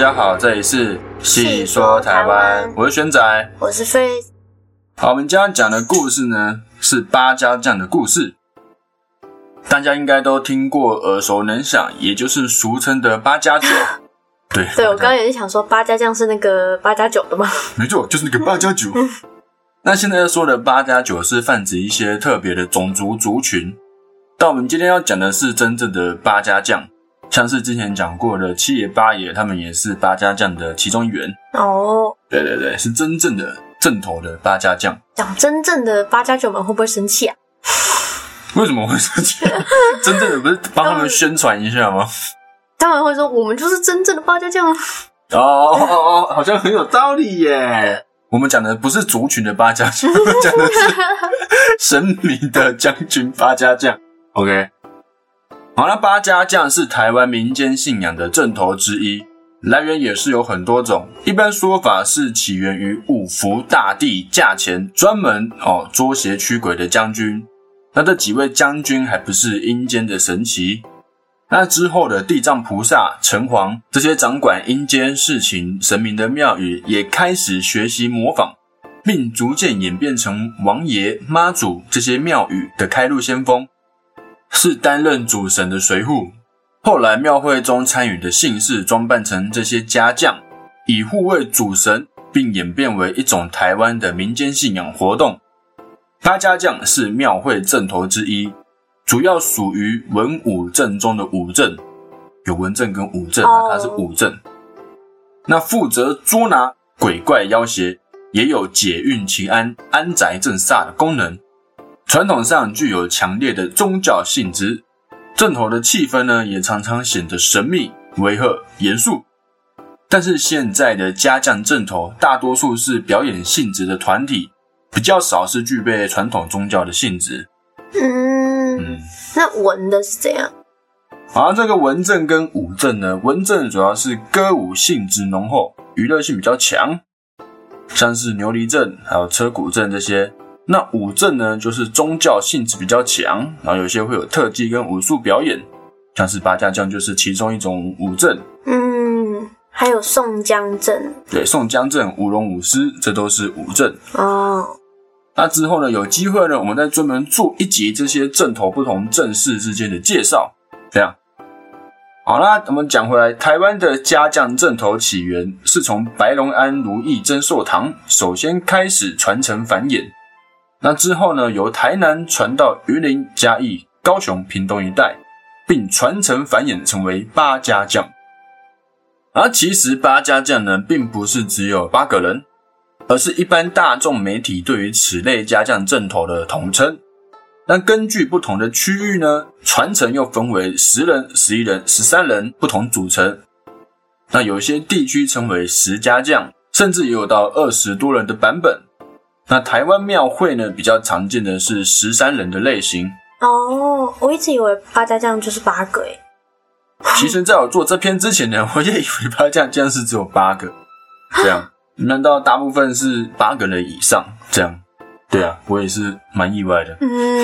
家好，这里是细说台湾，我是轩仔， 我是 Face。 好，我们今天讲的故事呢是八家将的故事，大家应该都听过耳熟能详，也就是俗称的八家酒。对， 我刚刚也是想说八家将是那个八加九的吗？ 没错，就是那个八家酒。那现在说的八家酒是泛指一些特别的种族族群，但我们今天要讲的是真正的八家将，像是之前讲过的七爷八爷，他们也是八家将的其中一员。 哦， 对，是真正的正头的八家将。 讲真正的八加九们会不会生气啊？ 为什么会生气？真正的不是帮他们宣传一下吗？ 他们会说我们就是真正的八家将啊。 哦，好像很有道理耶。我们讲的不是族群的八家将，我们讲的是神明的将军八家将。OK， 好，那八家将是台湾民间信仰的正头之一，来源也是有很多种。一般说法是起源于五福大帝驾前专门捉邪驱鬼的将军。那这几位将军还不是阴间的神奇。那之后的地藏菩萨、城隍这些掌管阴间事情神明的庙宇也开始学习模仿，并逐渐演变成王爷、妈祖这些庙宇的开路先锋，是担任主神的随扈。后来庙会中参与的信士装扮成这些家将，以护卫主神，并演变为一种台湾的民间信仰活动。八家将是庙会正头之一，主要属于文武正中的武正，有文正跟武正，它是武正。那负责捉拿鬼怪妖邪，也有解运祈安、安宅镇煞的功能。传统上具有强烈的宗教性质，正头的气氛呢，也常常显得神秘、威吓、严肃。但是现在的家将正头，大多数是表演性质的团体，比较少是具备传统宗教的性质。 那文的是怎样？ 好，这个文正跟武正呢，文正主要是歌舞性质浓厚，娱乐性比较强，像是牛犁阵还有车鼓阵这些。那武正呢，就是宗教性质比较强，然后有些会有特技跟武术表演，像是八家将就是其中一种武正。 还有宋江阵。对， 宋江阵、舞龙舞狮，这都是武正。那之后呢，有机会呢，我们再专门做一集这些正头不同阵势之间的介绍。这样，好啦，我们讲回来，台湾的家将正头起源是从白龙庵如意真寿堂首先开始传承繁衍，那之后呢，由台南传到云林、嘉义、高雄、屏东一带，并传承繁衍成为八家将。而其实八家将呢，并不是只有8个人，而是一般大众媒体对于此类家将正头的统称。那根据不同的区域呢，传承又分为10人、11人、13人不同组成。那有些地区称为10家将，甚至也有到20多人的版本。那台湾庙会呢，比较常见的是13人的类型。 我一直以为八家将就是8个耶。 其实在我做这篇之前呢，我也以为八家将是只有8个。这样，难道大部分是8个人以上？这样，对啊，我也是蛮意外的。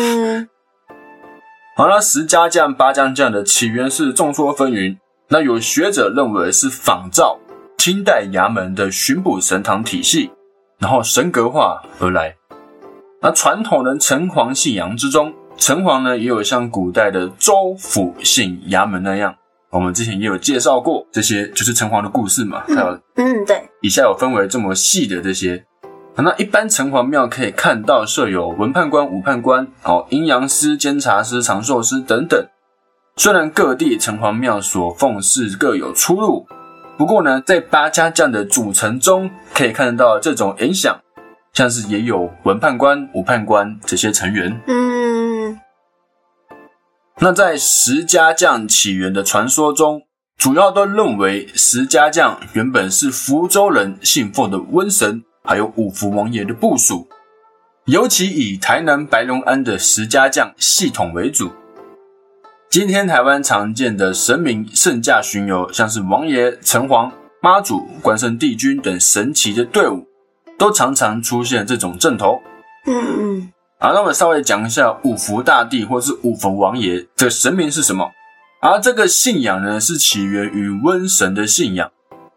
好，那10家将、八家将的起源是众说纷纭。那有学者认为是仿照清代衙门的巡捕神堂体系，然后神格化而来。那传统的城隍信仰之中，城隍呢也有像古代的州府信衙门那样。我们之前也有介绍过，这些就是城隍的故事嘛。还有对， 以下有分为这么细的这些。那一般城隍庙可以看到设有文判官、武判官、阴阳师、监察师、长寿师等等。虽然各地城隍庙所奉事各有出入，不过呢，在八家将的组成中可以看到这种影响，像是也有文判官、武判官这些成员。那在10家将起源的传说中，主要都认为10家将原本是福州人信奉的瘟神还有五福王爷的部属，尤其以台南白龙庵的10家将系统为主。今天台湾常见的神明圣驾巡游，像是王爷、城隍、妈祖、关圣帝君等神奇的队伍，都常常出现这种阵头。好，那我们稍微讲一下五福大帝或是五福王爷这个神明是什么。而这个信仰呢，是起源于瘟神的信仰。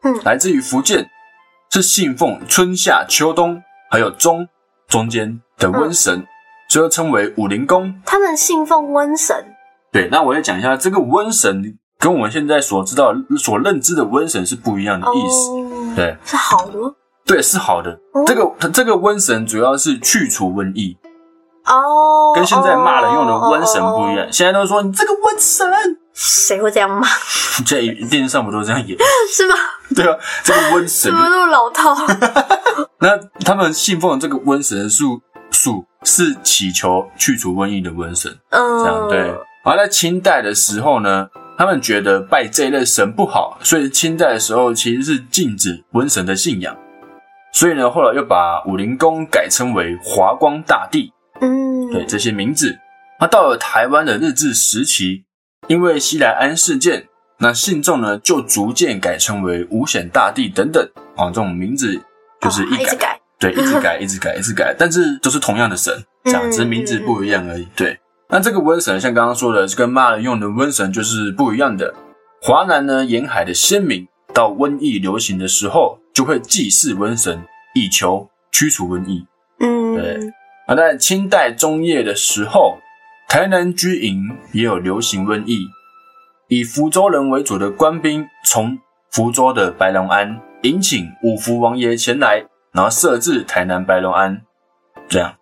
来自于福建，是信奉春夏秋冬还有中间的瘟神，所以称为武陵公。 他们信奉瘟神。 对，那我也讲一下这个瘟神跟我们现在所知道、所认知的瘟神是不一样的意思。对， 是好的吗？ 对，是好的。这个瘟神主要是去除瘟疫。跟现在骂人用的瘟神不一样。现在都说你这个瘟神， 谁会这样骂？ 在电视上不都这样演？ 是吗？ 对啊，这个瘟神怎么那么老套？ 那他们信奉的这个瘟神的术是祈求去除瘟疫的瘟神。这样对。而在清代的时候呢，他们觉得拜这一类神不好，所以清代的时候其实是禁止瘟神的信仰。所以呢，后来又把武陵公改称为华光大帝。对，这些名字。那到了台湾的日治时期，因为西来安事件，那信众呢就逐渐改称为五显大帝等等。这种名字就是一直改。对，一直改，但是都是同样的神，这样只是名字不一样而已。对。那这个瘟神像刚刚说的，跟骂人用的瘟神就是不一样的。华南呢沿海的先民到瘟疫流行的时候，就会祭祀瘟神，以求驱除瘟疫。对。而在清代中叶的时候，台南居营也有流行瘟疫，以福州人为主的官兵从福州的白龙庵迎请五福王爷前来，然后设置台南白龙庵，这样。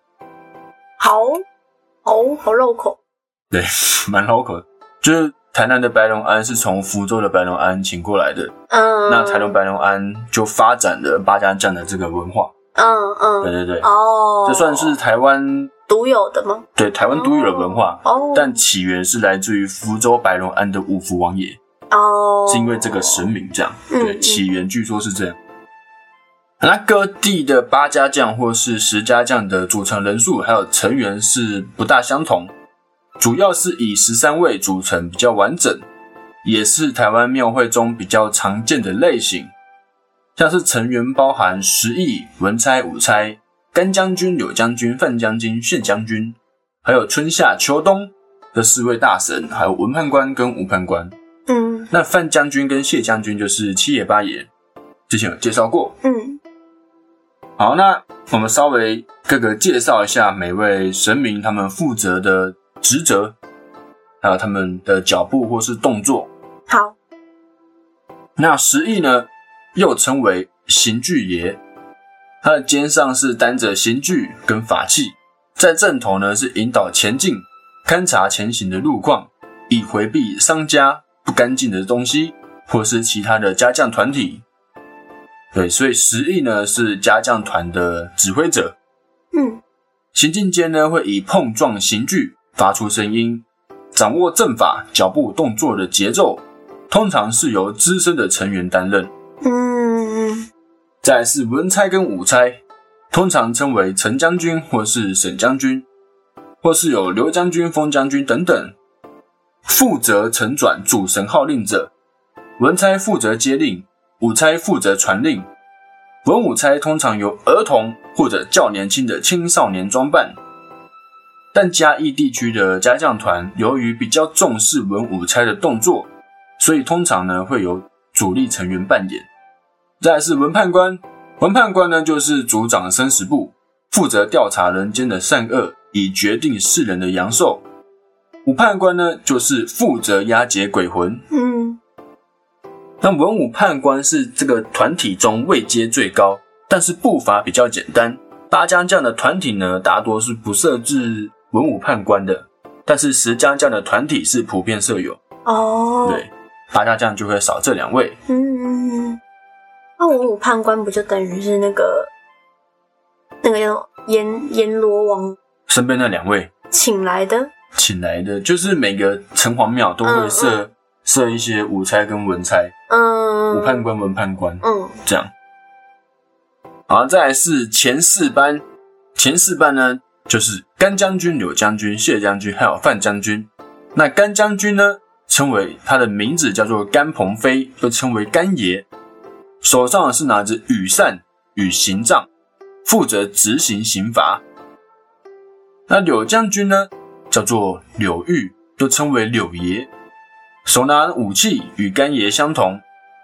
好绕口。对，蛮绕口的。就是台南的白龙庵是从福州的白龙庵请过来的。那台南白龙庵就发展了八家将的这个文化。对。这算是台湾独有的吗？ 对，台湾独有的文化。但起源是来自于福州白龙庵的五福王爷。是因为这个神明这样。对，起源据说是这样。那各地的八家将或是10家将的组成人数还有成员是不大相同，主要是以13位组成比较完整，也是台湾庙会中比较常见的类型。像是成员包含10役、文差、武差、甘将军、柳将军、范将军、谢将军，还有春夏秋冬的4位大神，还有文判官跟武判官。那范将军跟谢将军就是七爷八爷，之前有介绍过。好，那我们稍微各个介绍一下每位神明他们负责的职责，还有他们的脚步或是动作。 好， 那10役呢，又称为刑具爷，他的肩上是担着刑具跟法器，在阵头呢是引导前进，勘察前行的路况，以回避商家不干净的东西或是其他的家将团体。对，所以10役呢是家将团的指挥者。行进间呢会以碰撞刑具发出声音，掌握阵法、脚步动作的节奏，通常是由资深的成员担任。再来是文差跟武差，通常称为陈将军或是沈将军，或是有刘将军、封将军等等，负责承转主神号令者。文差负责接令，武差负责传令。文武差通常由儿童或者较年轻的青少年装扮，但嘉义地区的家将团由于比较重视文武差的动作，所以通常呢会由主力成员扮演。再来是文判官，文判官呢就是主掌生死簿，负责调查人间的善恶，以决定世人的阳寿。武判官呢就是负责押解鬼魂。那文武判官是这个团体中位阶最高，但是步伐比较简单。八家将的团体呢，大多是不设置文武判官的，但是10家将的团体是普遍设有。对，八家将就会少这2位。 那文武判官不就等于是那个叫阎罗王身边那2位请来的， 就是每个城隍庙都会设一些武差跟文差，武判官、文判官，这样。好，再来是前4班，前4班呢就是甘将军、柳将军、谢将军还有范将军。那甘将军呢，称为他的名字叫做甘鹏飞，又称为甘爷，手上是拿着羽扇与刑杖，负责执行刑罚。那柳将军呢，叫做柳玉，又称为柳爷，手拿武器与甘爷相同，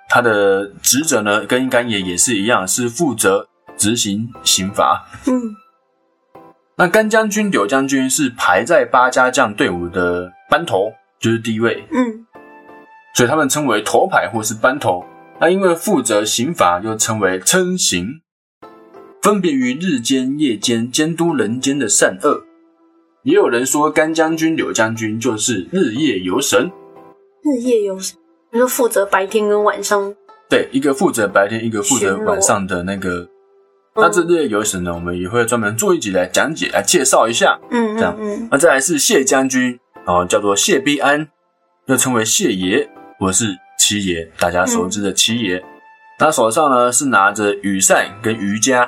他的职责呢跟干爷也是一样，是负责执行刑罚。那干将军、柳将军是排在八家将队伍的班头，就是第一位。所以他们称为头牌或是班头。那因为负责刑罚，又称为称刑，分别于日间、夜间监督人间的善恶。也有人说干将军、柳将军就是日夜游神。日夜游神，你说负责白天跟晚上？对，一个负责白天，一个负责晚上的那个。那这日夜游神呢，我们也会专门做一集来讲解、来介绍一下。这样。那再来是谢将军，叫做谢必安，又称为谢爷或是七爷，大家熟知的七爷。他手上呢是拿着羽扇跟鱼枷。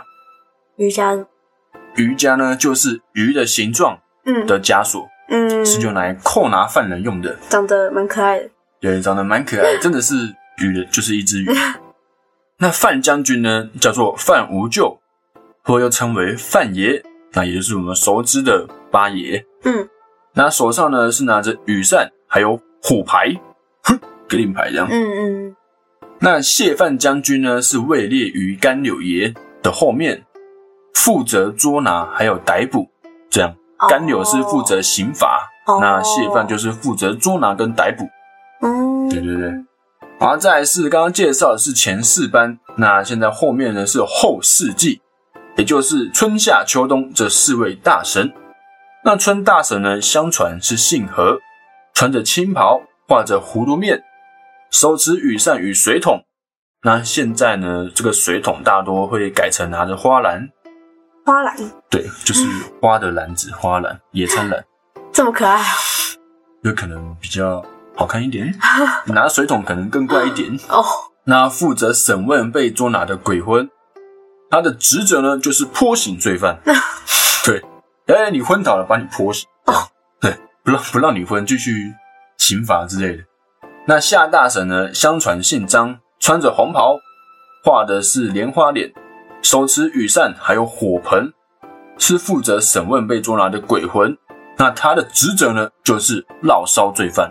鱼枷呢就是鱼的形状的枷锁，是用来扣拿犯人用的，长得蛮可爱的。对，长得蛮可爱的，真的是鱼的，就是一只鱼。那范将军呢叫做范无咎，或又称为范爷，那也就是我们熟知的八爷。那手上呢是拿着羽扇还有虎牌，格令牌这样。那谢范将军呢是位列于干柳爷的后面，负责捉拿还有逮捕，这样。干柳是负责刑罚，那谢范就是负责捉拿跟逮捕。对。好，再来是刚刚介绍的是前4班，那现在后面呢是后4季，也就是春夏秋冬这4位大神。那春大神呢，相传是姓何，穿着青袍，画着葫芦面，手持羽扇与水桶。那现在呢，这个水桶大多会改成拿着花篮。对，就是花的篮子，花篮，野餐篮。这么可爱有可能比较好看一点，拿水桶可能更怪一点。那负责审问被捉拿的鬼魂，他的职责呢就是泼醒罪犯。对，你昏倒了，把你泼醒。对，不让你昏，继续刑罚之类的。那夏大神呢，相传姓张，穿着红袍，画的是莲花脸，手持羽扇还有火盆，是负责审问被捉拿的鬼魂。那他的职责呢就是烙烧罪犯。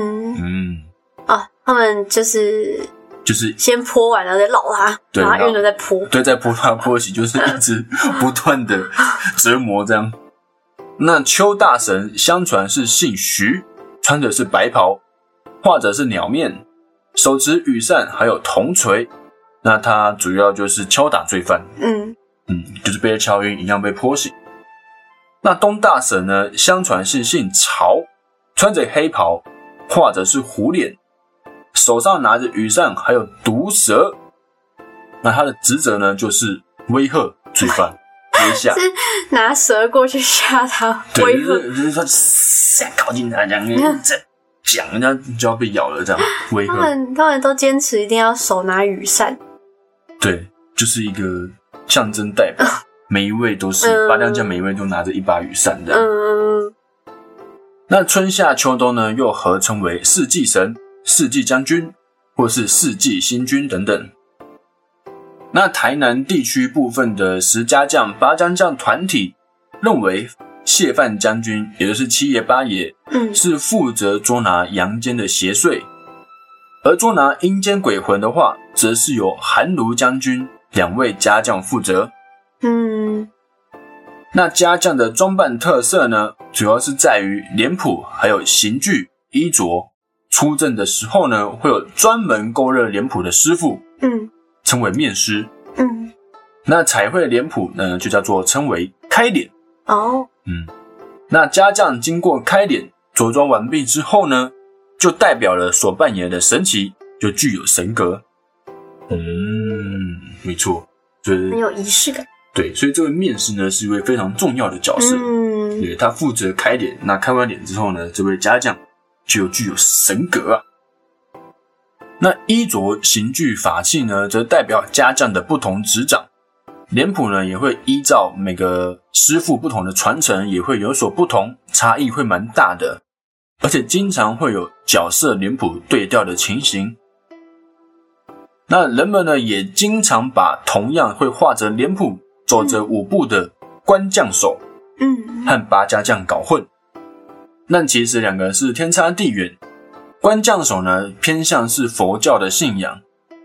他们就是先泼完，然后再烙他，把他晕了再泼。对，再泼他泼洗，就是一直不断的折磨这样。那邱大神相传是姓徐，穿的是白袍，画着是鸟面，手持羽扇还有铜锤。那他主要就是敲打罪犯。就是被敲晕一样被泼醒。那东大神呢，相传是姓曹，穿着黑袍，画着是虎脸，手上拿着羽扇还有毒蛇。那他的职责呢就是威吓罪犯，威吓是拿蛇过去吓他，威吓就是说靠近他这样，讲人家就要被咬了这样，威吓。他们都坚持一定要手拿羽扇。对，就是一个象征代表，每一位都是八将将，每一位都拿着一把羽扇这样。那春夏秋冬呢，又合称为4季神、4季将军，或是4季星君等等。那台南地区部分的10家将、8将将团体认为，谢范将军，也就是七爷、八爷，是负责捉拿阳间的邪祟，而捉拿阴间鬼魂的话，则是由韩卢将军2位家将负责。那家将的装扮特色呢，主要是在于脸谱还有刑具、衣着。出阵的时候呢，会有专门勾勒脸谱的师傅，称为面师。那彩绘脸谱呢，就叫做称为开脸。那家将经过开脸着装完毕之后呢，就代表了所扮演的神祇就具有神格。没错，就是很有仪式感。对，所以这位面师呢是一位非常重要的角色。对，他负责开脸，那开完脸之后呢，这位家将就具有神格啊。那衣着、刑具、法器呢，则代表家将的不同职掌。脸谱呢，也会依照每个师傅不同的传承，也会有所不同，差异会蛮大的。而且经常会有角色脸谱对调的情形。那人们呢，也经常把同样会画着脸谱、走着舞步的官将手，和八家将搞混。但其实两个是天差地远。官将手呢，偏向是佛教的信仰，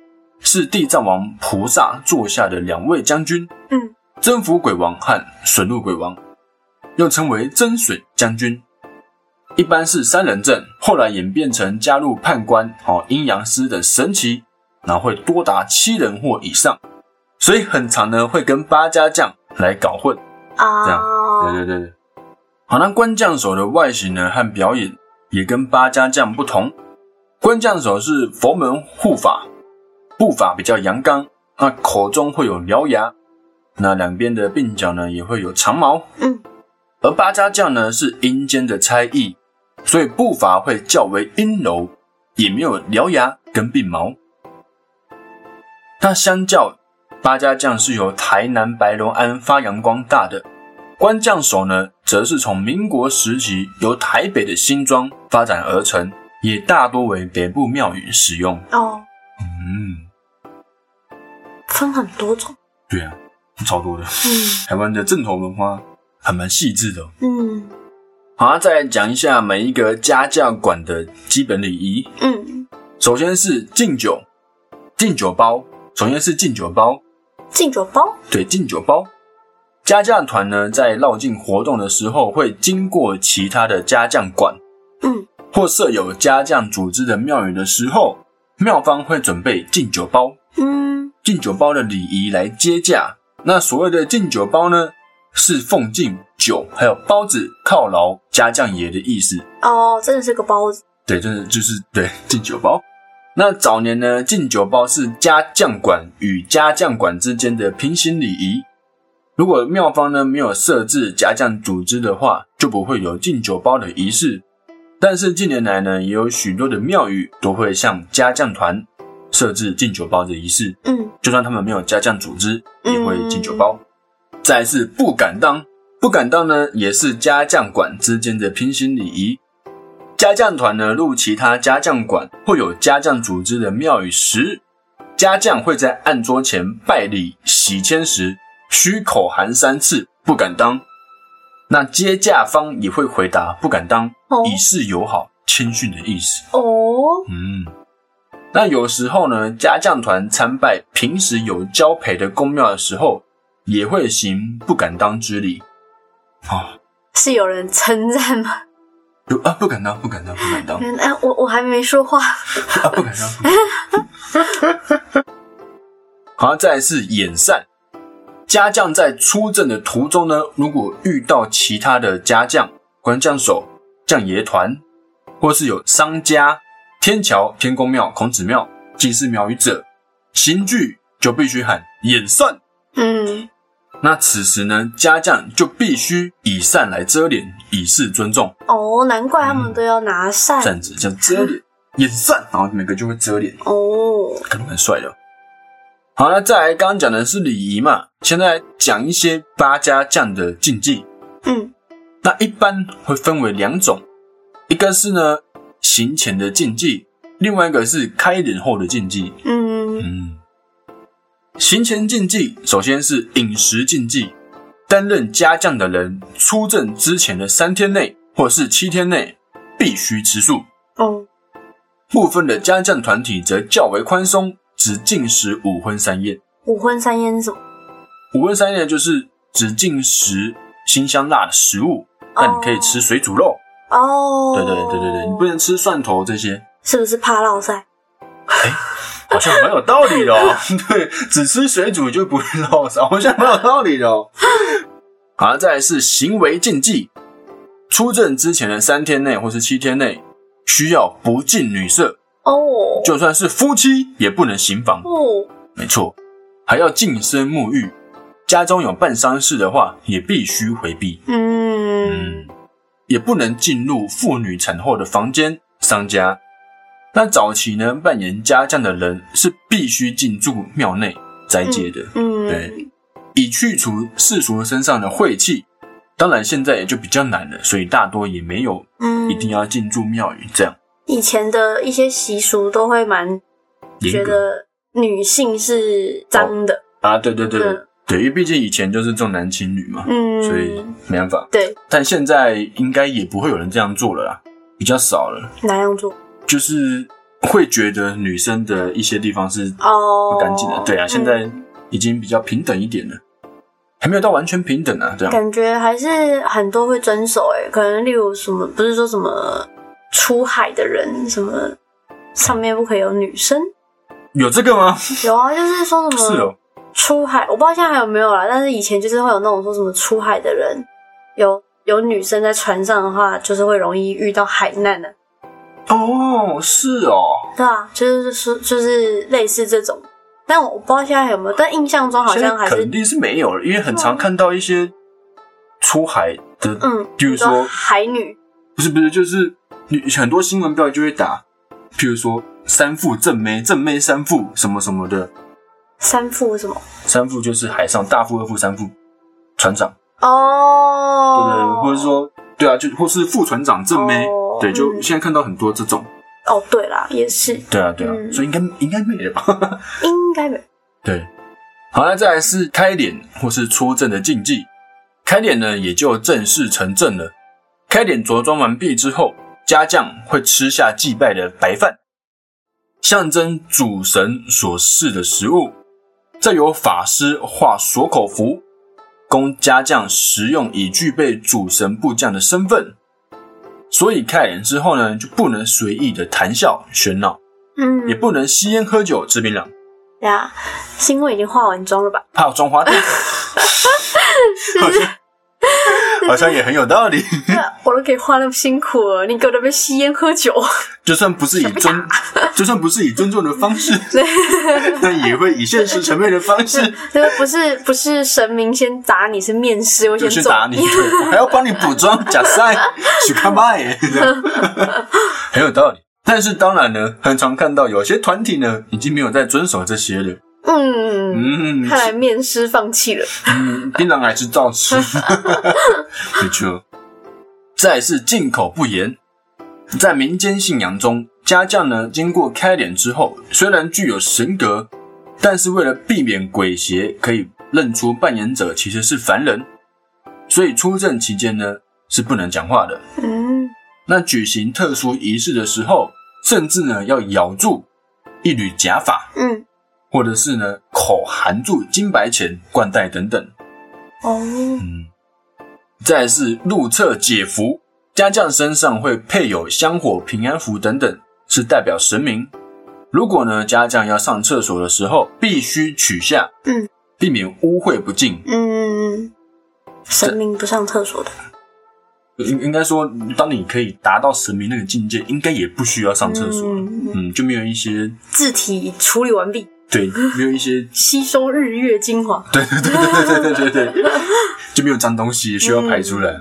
是地藏王菩萨座下的2位将军，征服鬼王和损路鬼王，又称为征损将军。一般是3人阵，后来演变成加入判官、阴阳师的神奇，然后会多达7人或以上，所以很常呢会跟八家将来搞混这样。对。好，那官将手的外形呢和表演也跟八家将不同。官将手是佛门护法，步伐比较阳刚，那口中会有獠牙，那两边的鬓角呢也会有长毛。而八家将呢是阴间的差役，所以步伐会较为阴柔，也没有獠牙跟鬓毛。那相较八家将是由台南白龙庵发扬光大的，官将手呢则是从民国时期由台北的新庄发展而成，也大多为北部庙宇使用。 分很多种。 对啊，超多的。台湾的正统文化还蛮细致的。好，再来讲一下每一个家将馆的基本礼仪。首先是敬酒包。首先是敬酒包。 敬酒包？ 对，敬酒包。家将团呢，在绕境活动的时候，会经过其他的家将馆，或设有家将组织的庙宇的时候，庙方会准备敬酒包。敬酒包的礼仪来接驾。那所谓的敬酒包呢，是奉敬酒还有包子犒劳家将爷的意思。 真的是个包子。 对，真的就是对敬酒包。那早年呢，敬酒包是家将馆与家将馆之间的平行礼仪。如果庙方呢没有设置家将组织的话，就不会有敬酒包的仪式。但是近年来呢，也有许多的庙宇都会向家将团设置敬酒包的仪式。就算他们没有家将组织，也会敬酒包。再来是不敢当。不敢当呢，也是家将馆之间的平行礼仪。家将团呢入其他家将馆或有家将组织的庙宇时，家将会在案桌前拜礼洗签时，须口含3次不敢当。那接驾方也会回答不敢当，以示友好谦逊的意思。那有时候呢，家将团参拜平时有交陪的公庙的时候，也会行不敢当之礼。 是有人称赞吗？ 不敢当。 我还没说话。 不敢当。好，再来是演善。家将在出阵的途中呢，如果遇到其他的家将、官将手、将爷团，或是有商家、天桥、天公庙、孔子庙、祭祀庙宇者，行具就必须喊演善。那此时呢，家将就必须以扇来遮脸，以示尊重。 难怪他们都要拿扇。 扇子叫遮脸，演善，然后每个就会遮脸。感觉很帅的。好，那再来刚刚讲的是礼仪嘛，现在讲一些八家将的禁忌。那一般会分为2种，一个是呢行前的禁忌，另外一个是开脸后的禁忌。行前禁忌首先是饮食禁忌，担任家将的人出阵之前的3天内或是7天内必须吃素。部分的家将团体则较为宽松，只禁食5荤3宴。 5荤3宴是什么 ？5荤3宴就是只禁食辛香辣的食物，但你可以吃水煮肉。对，你不能吃蒜头这些。 是不是怕落塞？ 好像蛮有道理的哦。对，只吃水煮就不会落塞，好像蛮有道理的哦。好，再来是行为禁忌。出阵之前的3天内或是7天内，需要不近女色。就算是夫妻也不能行房。没错，还要净身沐浴。家中有办丧事的话，也必须回避。也不能进入妇女产后的房间、丧家。那早期呢，扮演家将的人是必须进驻庙内斋戒的。对，以去除世俗身上的晦气。当然现在也就比较难了，所以大多也没有一定要进驻庙宇这样。 以前的一些习俗都会蛮觉得女性是脏的。对， 因为毕竟以前就是重男轻女嘛，所以没办法。 对， 但现在应该也不会有人这样做了啦，比较少了。 哪样做？ 就是会觉得女生的一些地方是不干净的。对啊，现在已经比较平等一点了，还没有到完全平等啊，这样感觉还是很多会遵守可能例如什么，不是说什么出海的人什么上面不可以有女生， 有这个吗？ 有啊，就是说什么是哦， 出海，我不知道现在还有没有啦，但是以前就是会有那种说什么出海的人有女生在船上的话，就是会容易遇到海难的。 哦，是哦， 对啊，就是类似这种，但我不知道现在还有没有，但印象中好像还是肯定是没有了，因为很常看到一些出海的，比如说海女， 不是，就是很多新闻标题就会打，譬如说三副正妹三副什么什么的。 三副什么？ 三副就是海上大副、二副、三副船长。 哦， 对，或者说对啊，就或是副船长正妹，对，就现在看到很多这种。 哦，对啦，也是。 对啊，所以应该没了吧？ 应该没。 对，好，那再来是开脸或是出阵的禁忌。开脸呢，也就正式成阵了。开脸着装完毕之后，家将会吃下祭拜的白饭，象征主神所赐的食物。再由法师画锁口符，供家将食用，以具备主神部将的身份。所以开脸之后呢，就不能随意的谈笑喧闹，也不能吸烟喝酒吃槟榔。 对啊，是因为已经化完妆了吧？ 怕妆花掉。好像也很有道理。 我都可以画那么辛苦了，你给我那边吸烟喝酒， 就算不是以尊重的方式，那也会以现实层面的方式。 不是神明先打你，是面试我先去打你，我还要帮你补妆假赛去看麦，很有道理。但是当然呢，很常看到有些团体呢，已经没有在遵守这些了。 看来面试放弃了。 槟榔还是照吃。没错。再来是进口不严。在民间信仰中，家将呢经过开脸之后，虽然具有神格，但是为了避免鬼邪可以认出扮演者其实是凡人，所以出阵期间呢是不能讲话的。那举行特殊仪式的时候，甚至呢要咬住一缕假发，或者是呢口含住金白钱、冠带等等。再来是入厕解符，家将身上会配有香火、平安符等等，是代表神明。如果呢家将要上厕所的时候，必须取下，避免污秽不净。 神明不上厕所的。 应该说，当你可以达到神明那个境界，应该也不需要上厕所。就没有一些字体处理完毕。 对，没有一些吸收日月精华。 对，就没有脏东西需要排出来。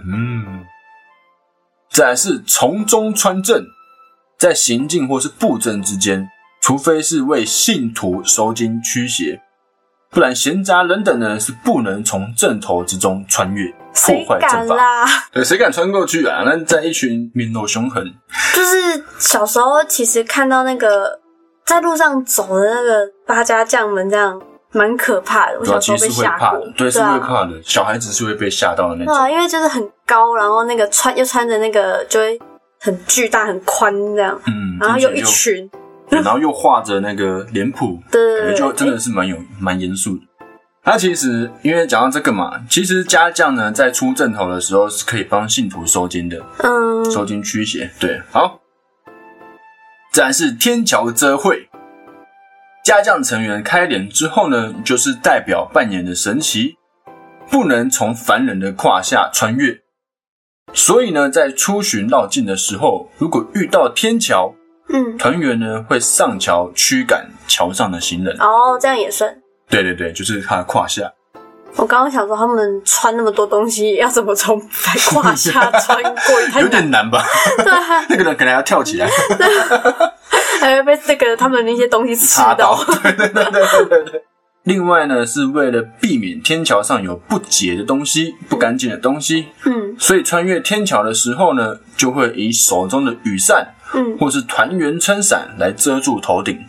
再来是从中穿阵，在行进或是布阵之间，除非是为信徒收经驱邪，不然闲杂人等呢是不能从阵头之中穿越，破坏阵法。对，谁敢穿过去啊？那在一群面露凶狠。 就是小时候其实看到那个在路上走的那个八家将们，这样蛮可怕的。我小时候被吓过。 对，是会怕的。小孩子是会被吓到的那种。 因为就是很高，然后那个又穿着那个就会很巨大、很宽这样。然后又一群。 然后又画着那个脸谱，对，就真的是蛮严肃的。他其实因为讲到这个嘛，其实家将呢在出阵头的时候是可以帮信徒收经的，收经驱邪。对，好。再来是天桥遮会，家将成员开脸之后呢，就是代表扮演的神奇，不能从凡人的胯下穿越。所以呢，在出巡绕境的时候，如果遇到天桥，团员呢会上桥驱赶桥上的行人。 这样也算。 对，就是他的胯下。 我刚刚想说，他们穿那么多东西，要怎么从胯下穿过？ 有点难吧？对，那个人可能要跳起来， 还会被他们那些东西刺到。 对。另外呢，是为了避免天桥上有不洁的东西、不干净的东西，所以穿越天桥的时候呢，就会以手中的雨伞，或是团圆撑伞来遮住头顶。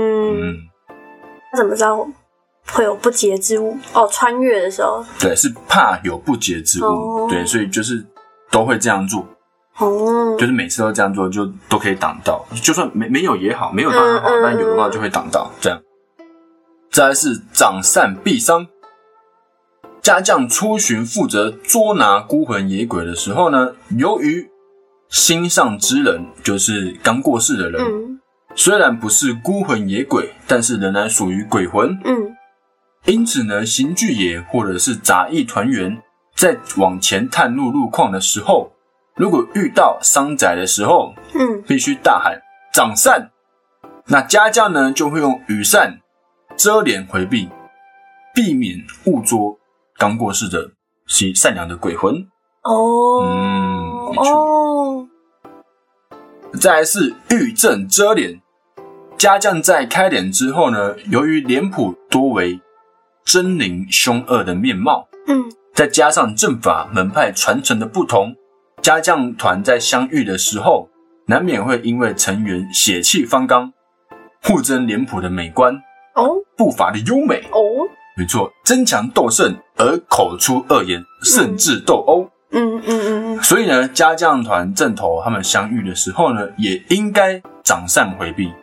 怎么知道会有不洁之物？穿越的时候， 对，是怕有不洁之物，对，所以就是都会这样做。 就是每次都这样做就都可以挡到，就算没有也好，没有当然好，但有的话就会挡到这样。再来是掌善避伤，家将出巡负责捉拿孤魂野鬼的时候呢，由于心上之人就是刚过世的人，虽然不是孤魂野鬼，但是仍然属于鬼魂，因此呢，刑具野或者是杂役团员在往前探入路况的时候，如果遇到伤宅的时候，必须大喊掌善，那家将呢就会用羽扇遮脸回避，避免误捉刚过世的善良的鬼魂。再来是玉正遮脸，家将在开脸之后呢，由于脸谱多为狰狞凶恶的面貌，再加上阵法门派传承的不同，家将团在相遇的时候，难免会因为成员血气方刚，互争脸谱的美观，步伐的优美，没错，争强斗胜而口出恶言，甚至斗殴。所以呢，家将团阵头他们相遇的时候呢，也应该掌善回避。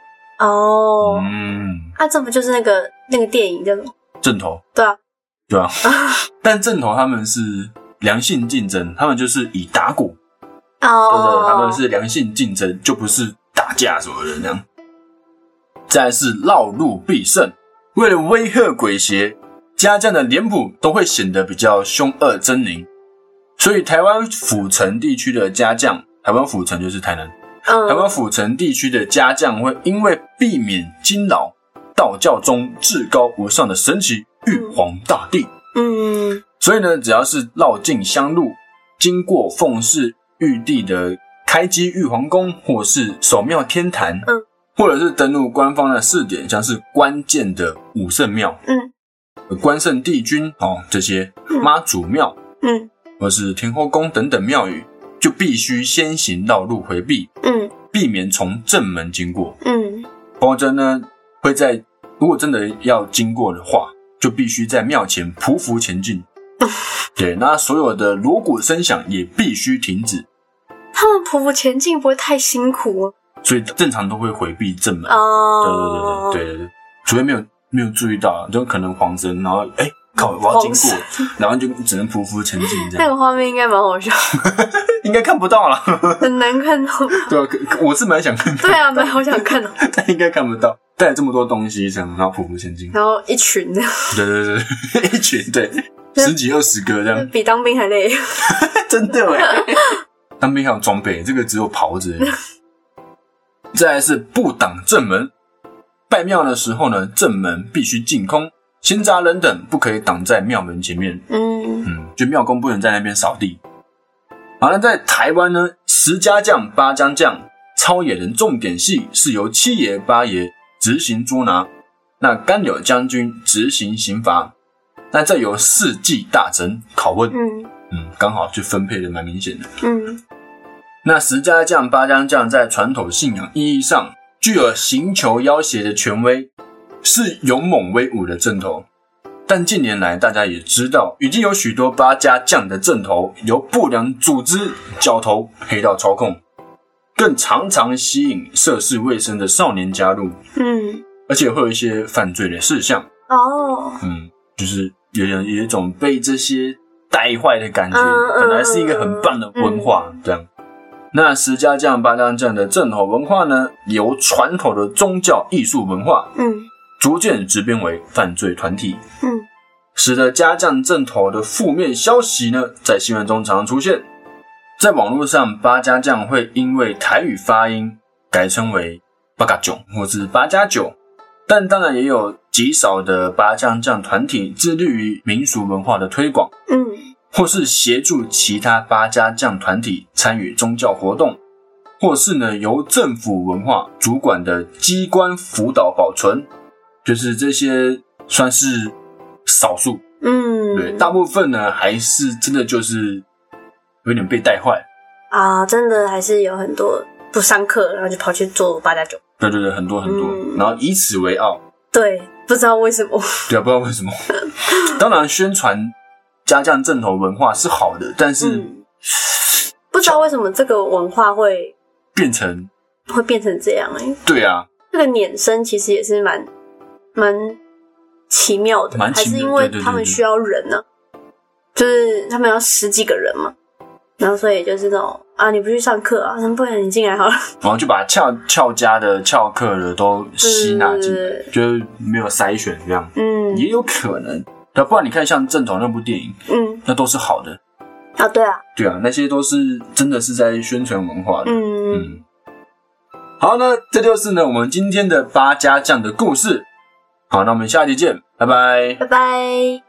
这不就是那个电影叫什么？ 阵头？ 对啊。 但阵头他们是良性竞争，他们就是以打鼓，对不对？他们是良性竞争，就不是打架什么的那样。再来是绕路必胜，为了威吓鬼邪，家将的脸谱都会显得比较凶恶狰狞，所以台湾府城地区的家将，台湾府城就是台南，台湾府城地区的家将会因为避免惊扰道教中至高无上的神祇玉皇大帝，所以呢，只要是绕境乡路，经过奉祀玉帝的开基玉皇宫，或是守庙天坛，或者是登录官方的祀典，像是关键的武圣庙，关圣帝君这些妈祖庙，或是天后宫等等庙宇，就必须先行绕路回避，避免从正门经过，否则呢，会在如果真的要经过的话，就必须在庙前匍匐前进。对，那所有的锣鼓声响也必须停止。 他们匍匐前进不会太辛苦吗？ 所以正常都会回避正门。对，除非没有注意到，就可能晃神，然后靠，我要经过，然后就只能匍匐前进这样。 那个画面应该蛮好笑， 应该看不到啦， 很难看到。 对啊，我是蛮想看到。 对啊，蛮好想看的， 但应该看不到。带了这么多东西这样，然后匍匐前进， 然后一群这样。 对，一群，对，10几20个这样， 比当兵还累。 真的当兵还有装备，这个只有袍子。再来是不挡正门，拜庙的时候呢，正门必须净空，闲杂人等不可以挡在庙门前面。就庙公不能在那边扫地。好，那在台湾呢，10家将、8将将、超野人重点戏是由7爷、8爷执行捉拿，那甘柳将军执行刑罚，那再由4季大臣拷问。刚好就分配的蛮明显的。那10家将、8将将在传统信仰意义上具有刑求要挟的权威，是勇猛威武的阵头。但近年来大家也知道，已经有许多8家将的阵头由不良组织、角头、黑道操控，更常常吸引涉世未深的少年加入。而且会有一些犯罪的事项。就是有一种被这些带坏的感觉，本来是一个很棒的文化这样。那10家将、8将将的阵头文化呢，由传统的宗教艺术文化，逐渐直变为犯罪团体，使得家将阵头的负面消息呢，在新闻中常常出现。在网络上，8家将会因为台语发音改称为八加九或是8加9，但当然也有极少的8将将团体致力于民俗文化的推广，或是协助其他8家将团体参与宗教活动，或是呢由政府文化主管的机关辅导保存，就是这些算是少数。对，大部分呢还是真的就是有点被带坏啊，真的还是有很多不上课，然后就跑去做8加9。对， 很多，然后以此为傲。 对，不知道为什么。对啊， 不知道为什么。当然，宣传家将阵头文化是好的，但是不不知道为什么这个文化会变成这样对啊， 这个碾生其实也是蛮奇妙的，还是因为他们需要人呢？就是他们要10几个人嘛，然后所以就是那种啊，你不去上课啊，不然你进来好了， 然后就把翘家的、翘课的都吸纳进来，就是没有筛选这样，也有可能。不然你看像正统那部电影，那都是好的啊，对啊， 那些都是真的是在宣传文化的，好，那这就是呢我们今天的八家将的故事。好，那我们下期见，拜拜， 拜拜。